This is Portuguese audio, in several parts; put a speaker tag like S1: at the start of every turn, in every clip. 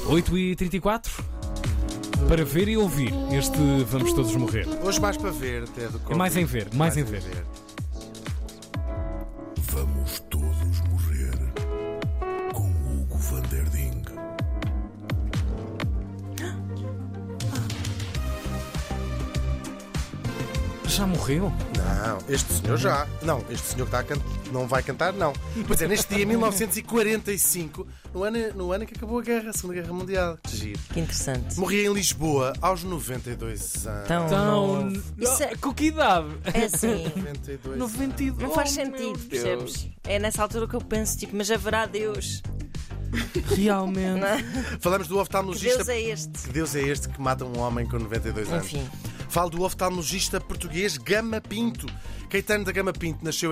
S1: 8h34 para ver e ouvir este Vamos Todos Morrer.
S2: Hoje mais para ver até do que
S1: É mais em ver, mais em ver.
S3: Vamos todos morrer com Hugo van der Ding.
S1: Já morreu?
S2: Não, este senhor já. Não, este senhor que está a cantar não vai cantar, não. Pois é, neste dia, 1945, no ano em que acabou a Segunda Guerra Mundial. Que giro.
S4: Que interessante.
S2: Morria em Lisboa aos 92 anos.
S4: Tão
S1: Então,
S4: novo. Isso é-
S1: com que idade?
S4: É assim.
S2: 92
S1: 92.
S4: Não faz
S1: Oh, meu
S4: sentido,
S1: Deus.
S4: percebes? É nessa altura que eu penso, tipo, mas haverá Deus?
S1: Realmente.
S4: Não é?
S2: Falamos do
S4: Que
S2: oftalmologista.
S4: Deus é este?
S2: Que Deus é este que mata um homem com 92 anos?
S4: Enfim.
S2: Falo do oftalmologista português Gama Pinto. Caetano da Gama Pinto nasceu em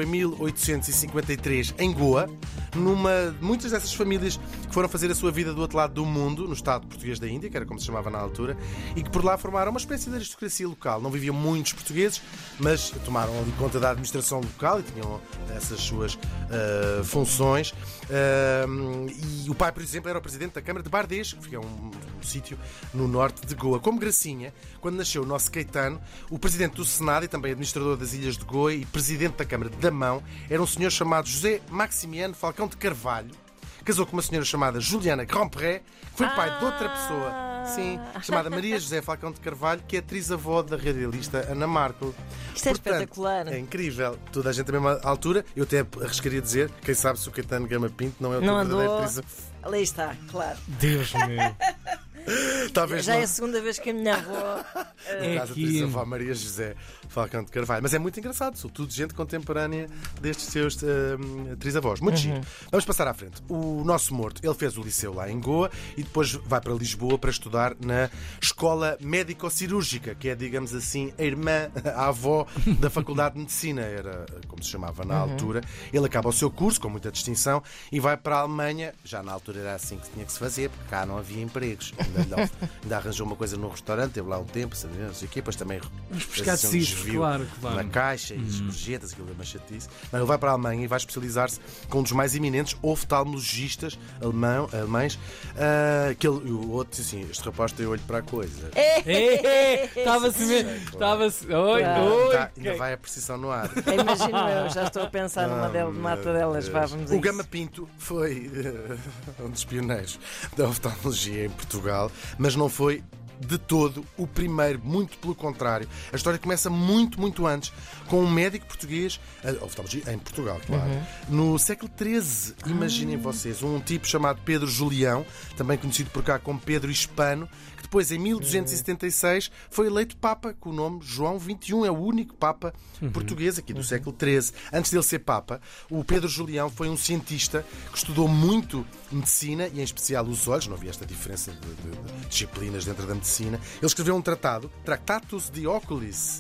S2: 1853 em Goa, numa de muitas dessas famílias que foram fazer a sua vida do outro lado do mundo, no estado português da Índia, que era como se chamava na altura, e que por lá formaram uma espécie de aristocracia local. Não viviam muitos portugueses, mas tomaram ali conta da administração local e tinham essas suas funções. E o pai, por exemplo, era o presidente da Câmara de Bardês, que fica um sítio no norte de Goa. Como gracinha, quando nasceu o nosso Caetano, o presidente do Senado e também administrador das Ilhas de Goa e presidente da Câmara de Damão era um senhor chamado José Maximiano Falcão de Carvalho. Casou com uma senhora chamada Juliana Grandpré, que foi pai de outra pessoa, sim, chamada Maria José Falcão de Carvalho, que é atriz-avó da radialista Ana Marco.
S4: Isto é espetacular.
S2: É incrível. Toda a gente da mesma altura. Eu até arriscaria dizer, quem sabe se o Caetano Gama Pinto não é o teu
S4: Não
S2: verdadeiro
S4: andou.
S2: atriz-avó.
S4: Ali está, claro.
S1: Deus meu.
S2: Talvez
S4: Já
S2: não.
S4: é a segunda vez que a minha avó.
S2: No caso, a atriz-avó Maria José Falcão de Carvalho. Mas é muito engraçado, sobretudo gente contemporânea destes seus atriz-avós. Muito giro. Vamos passar à frente. O nosso morto, ele fez o liceu lá em Goa e depois vai para Lisboa para estudar na Escola Médico-Cirúrgica, que é, digamos assim, a irmã, a avó da Faculdade de Medicina, era como se chamava na altura. Ele acaba o seu curso com muita distinção e vai para a Alemanha. Já na altura era assim que tinha que se fazer, porque cá não havia empregos. Ainda arranjou uma coisa num restaurante, teve lá um tempo, sabe, não sei o quê, depois também
S1: pescar de cisco, claro.
S2: na caixa e as gorjetas, aquilo é uma chatice. Não, ele vai para a Alemanha e vai especializar-se com um dos mais eminentes oftalmologistas alemães, que ele, o outro disse assim: este rapaz tem olho para a coisa.
S1: Estava-se mesmo. Estava-se. Oi,
S2: Ainda vai a precisão no ar.
S4: Imagino eu, já estou a pensar numa delas. Vá, vamos a
S2: O
S4: isso.
S2: Gama Pinto foi um dos pioneiros da oftalmologia em Portugal, mas não foi de todo o primeiro, muito pelo contrário. A história começa muito, muito antes, com um médico português, a oftalmologia em Portugal, claro, no século XIII. Imaginem vocês, um tipo chamado Pedro Julião, também conhecido por cá como Pedro Hispano, que depois, em 1276, foi eleito Papa com o nome João XXI. É o único Papa português aqui do século XIII. Antes dele ser Papa, o Pedro Julião foi um cientista que estudou muito medicina e, em especial, os olhos. Não havia esta diferença de disciplinas dentro da medicina. Ele escreveu um tratado, Tractatus de Oculis.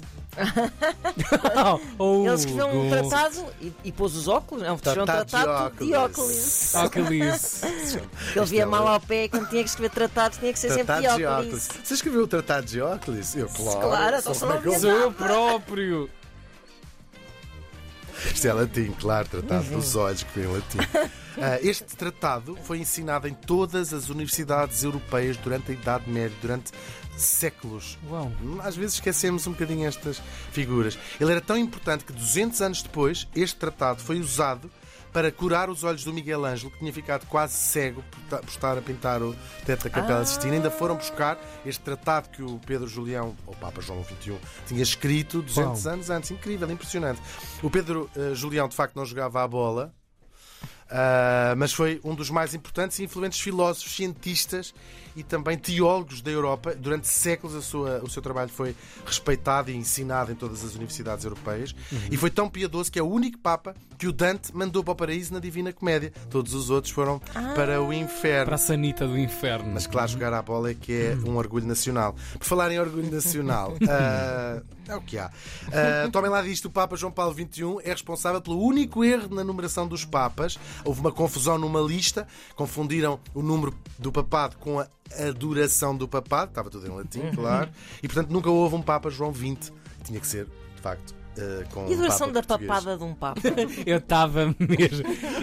S4: Ele escreveu um tratado e pôs os óculos. Não, escreveu um tratado de óculos.
S1: Óculos.
S4: Ele via mal ao pé quando tinha que escrever tratados, tinha que ser sempre de
S2: Tratado de
S4: óculos.
S2: Óculis. Você escreveu o Tratado de Óculis? Eu, claro.
S4: Claro,
S2: Sou
S4: só não
S2: como é que
S1: Sou eu próprio.
S2: Isto é latim, claro, tratado dos olhos, que vem em latim. Este tratado foi ensinado em todas as universidades europeias durante a Idade Média, durante séculos.
S1: Uau.
S2: Às vezes esquecemos um bocadinho estas figuras. Ele era tão importante que 200 anos depois, este tratado foi usado para curar os olhos do Miguel Ângelo, que tinha ficado quase cego por estar a pintar o teto da Capela Sistina. Ainda foram buscar este tratado que o Pedro Julião, ou Papa João XXI, tinha escrito 200 anos antes. Incrível, impressionante. O Pedro Julião, de facto, não jogava a bola, mas foi um dos mais importantes e influentes filósofos, cientistas e também teólogos da Europa. Durante séculos o seu trabalho foi respeitado e ensinado em todas as universidades europeias. E foi tão piedoso que é o único Papa que o Dante mandou para o paraíso na Divina Comédia. Todos os outros foram para o inferno.
S1: Para a sanita do inferno.
S2: Mas claro, jogar à bola é que é um orgulho nacional. Por falar em orgulho nacional, é o que há. Tomem lá disto, o Papa João Paulo XXI é responsável pelo único erro na numeração dos Papas. Houve uma confusão numa lista, confundiram o número do papado com a duração do papado, estava tudo em latim, claro, e portanto nunca houve um Papa João XX. Tinha que ser, de facto, com
S4: E a duração
S2: um
S4: da
S2: Papa português.
S4: papada de um Papa?
S1: Eu estava mesmo.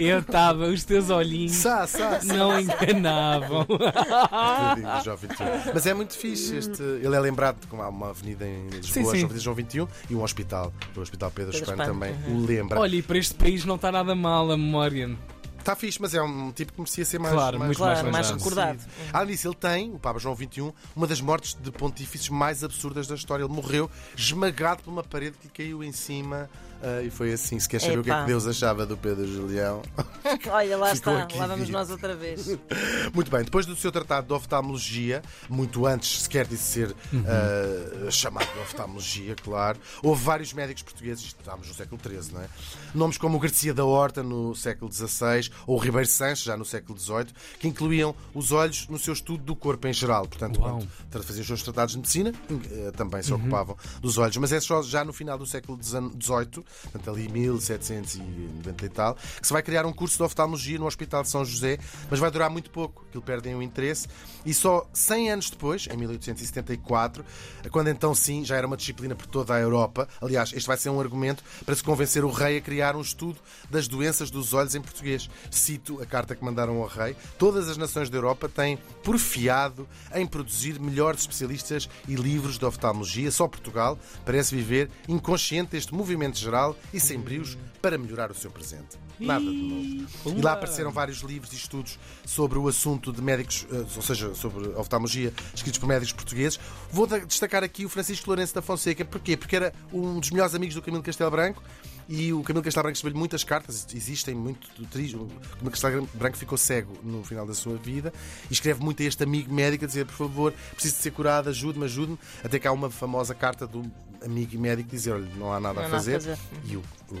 S1: Os teus olhinhos não enganavam.
S2: Tadinho, João 21. Mas é muito fixe. Ele é lembrado como há uma avenida em Lisboa,
S1: Sim.
S2: Avenida João 21, e um hospital, o Hospital Pedro
S4: Pedro
S2: Espano
S4: Espano,
S2: também o lembra.
S1: Olha, e para este país não está nada mal a memória.
S2: Está fixe, mas é um tipo que merecia ser mais,
S1: Claro, muito mais
S4: mais
S1: lembrado.
S4: recordado.
S2: Além disso, ele tem, o Papa João 21, uma das mortes de pontífices mais absurdas da história. Ele morreu esmagado por uma parede que caiu em cima. E foi assim. Se quer saber o que é que Deus achava do Pedro Julião.
S4: Olha, lá
S2: Ficou
S4: está,
S2: aqui
S4: lá vamos
S2: dito.
S4: nós outra vez.
S2: Muito bem, depois do seu tratado de oftalmologia, muito antes sequer de ser chamado de oftalmologia, claro, houve vários médicos portugueses, estamos no século XIII, não é? Nomes como o Garcia da Horta no século XVI ou o Ribeiro Sanches, já no século XVIII, que incluíam os olhos no seu estudo do corpo em geral. Portanto,
S1: Uau.
S2: quando faziam os seus tratados de medicina, também se ocupavam dos olhos. Mas é só já no final do século XVIII, portanto ali 1790 e tal, que se vai criar um curso de oftalmologia no Hospital de São José, mas vai durar muito pouco, aquilo perdem o interesse, e só 100 anos depois, em 1874, quando então sim já era uma disciplina por toda a Europa. Aliás, este vai ser um argumento para se convencer o rei a criar um estudo das doenças dos olhos em português. Cito a carta que mandaram ao rei: todas as nações da Europa têm porfiado em produzir melhores especialistas e livros de oftalmologia. Só Portugal parece viver inconsciente deste movimento geral e sem brios para melhorar o seu presente. Nada de novo. E lá apareceram vários livros e estudos sobre o assunto de médicos, ou seja, sobre oftalmologia, escritos por médicos portugueses. Vou destacar aqui o Francisco Lourenço da Fonseca. Porquê? Porque era um dos melhores amigos do Camilo Castelo Branco. E o Camilo Castelo Branco escreveu muitas cartas, existem muito. O Camilo Castelo Branco ficou cego no final da sua vida e escreve muito a este amigo médico a dizer: por favor, preciso de ser curado, ajude-me. Até que há uma famosa carta do amigo médico dizer: olha, não há nada a fazer. E o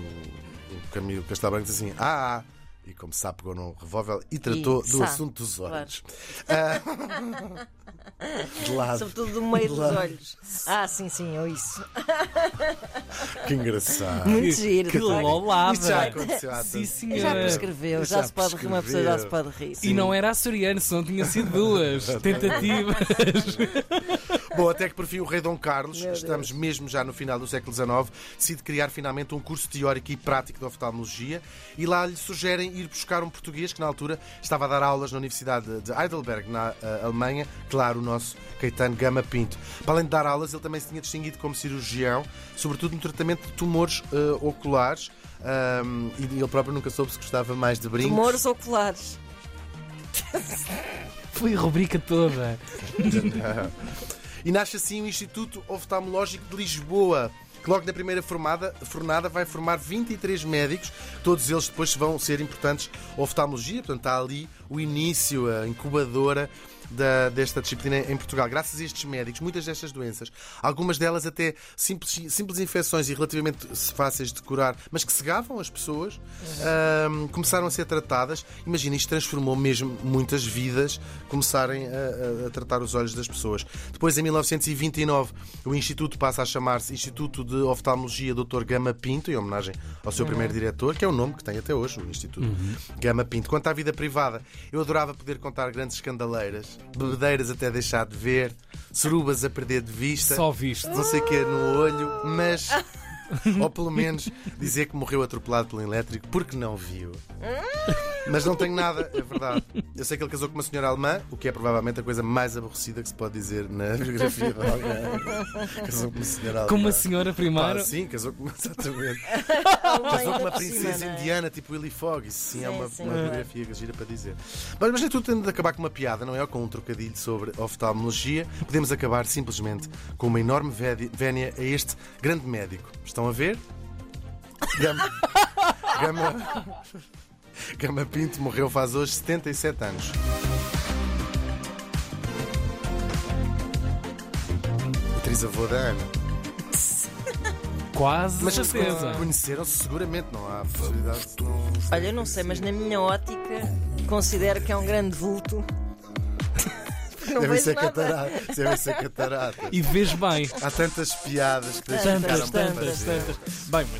S2: Camilo Castelo Branco diz assim: e como sabe, pegou num revólver e tratou do assunto dos olhos.
S4: Claro.
S2: De lado.
S4: Sobretudo do meio dos olhos. Sim, ou isso.
S2: Que engraçado.
S4: Muito giro.
S1: Que lolada.
S2: Isto já aconteceu há
S1: Sim,
S2: tanto.
S1: senhora.
S4: Já prescreveu, já se pode rir, uma pessoa já se pode rir.
S1: E não era açoriano, senão tinha sido duas tentativas.
S2: Bom, até que por fim o rei Dom Carlos,
S4: Meu
S2: estamos
S4: Deus.
S2: mesmo já no final do século XIX, decide criar finalmente um curso teórico e prático de oftalmologia, e lá lhe sugerem ir buscar um português que na altura estava a dar aulas na Universidade de Heidelberg, na Alemanha, claro, o nosso Caetano Gama Pinto. Para além de dar aulas, ele também se tinha distinguido como cirurgião, sobretudo no tratamento de tumores oculares, e ele próprio nunca soube se gostava mais de brincos.
S4: Tumores oculares.
S1: Foi a rubrica toda.
S2: E nasce assim o Instituto Oftalmológico de Lisboa, que logo na primeira fornada vai formar 23 médicos, todos eles depois vão ser importantes a oftalmologia, portanto está ali o início, a incubadora desta disciplina em Portugal. Graças a estes médicos, muitas destas doenças, algumas delas até simples infecções e relativamente fáceis de curar, mas que cegavam as pessoas, começaram a ser tratadas. Imagina, isto transformou mesmo muitas vidas, começarem a tratar os olhos das pessoas. Depois, em 1929, o Instituto passa a chamar-se Instituto de Oftalmologia Dr. Gama Pinto, em homenagem ao seu primeiro diretor, que é o nome que tem até hoje, o Instituto Gama Pinto. Quanto à vida privada, eu adorava poder contar grandes escandaleiras, bebedeiras até deixar de ver, surubas a perder de vista,
S1: Só visto.
S2: não sei o que no olho, mas ou pelo menos dizer que morreu atropelado pelo elétrico porque não viu. Mas não tenho nada, é verdade. Eu sei que ele casou com uma senhora alemã, o que é provavelmente a coisa mais aborrecida que se pode dizer na biografia de alguém. Casou com uma senhora alemã.
S1: Com uma senhora primeiro.
S2: Sim, casou com exatamente.
S4: Casou
S2: Casou com uma princesa indiana, tipo Willy Fogg. Isso sim é uma biografia que gira para dizer. Mas nem tudo tem de acabar com uma piada, não é? Ou com um trocadilho sobre oftalmologia. Podemos acabar simplesmente com uma enorme vénia a este grande médico. Estão a ver? Gama Pinto morreu faz hoje 77 anos. Atriz-avô da Ana.
S1: Quase
S2: Mas
S1: certeza.
S2: conheceram-se seguramente, não há possibilidade.
S4: Olha, eu não sei, mas na minha ótica considero que é um grande vulto. Não
S2: Deve
S4: vejo
S2: ser
S4: nada.
S2: catarata. Deve ser catarata.
S1: E vês bem.
S2: Há tantas piadas que deixam
S1: Tantas.
S2: para fazer.
S1: Bem, mas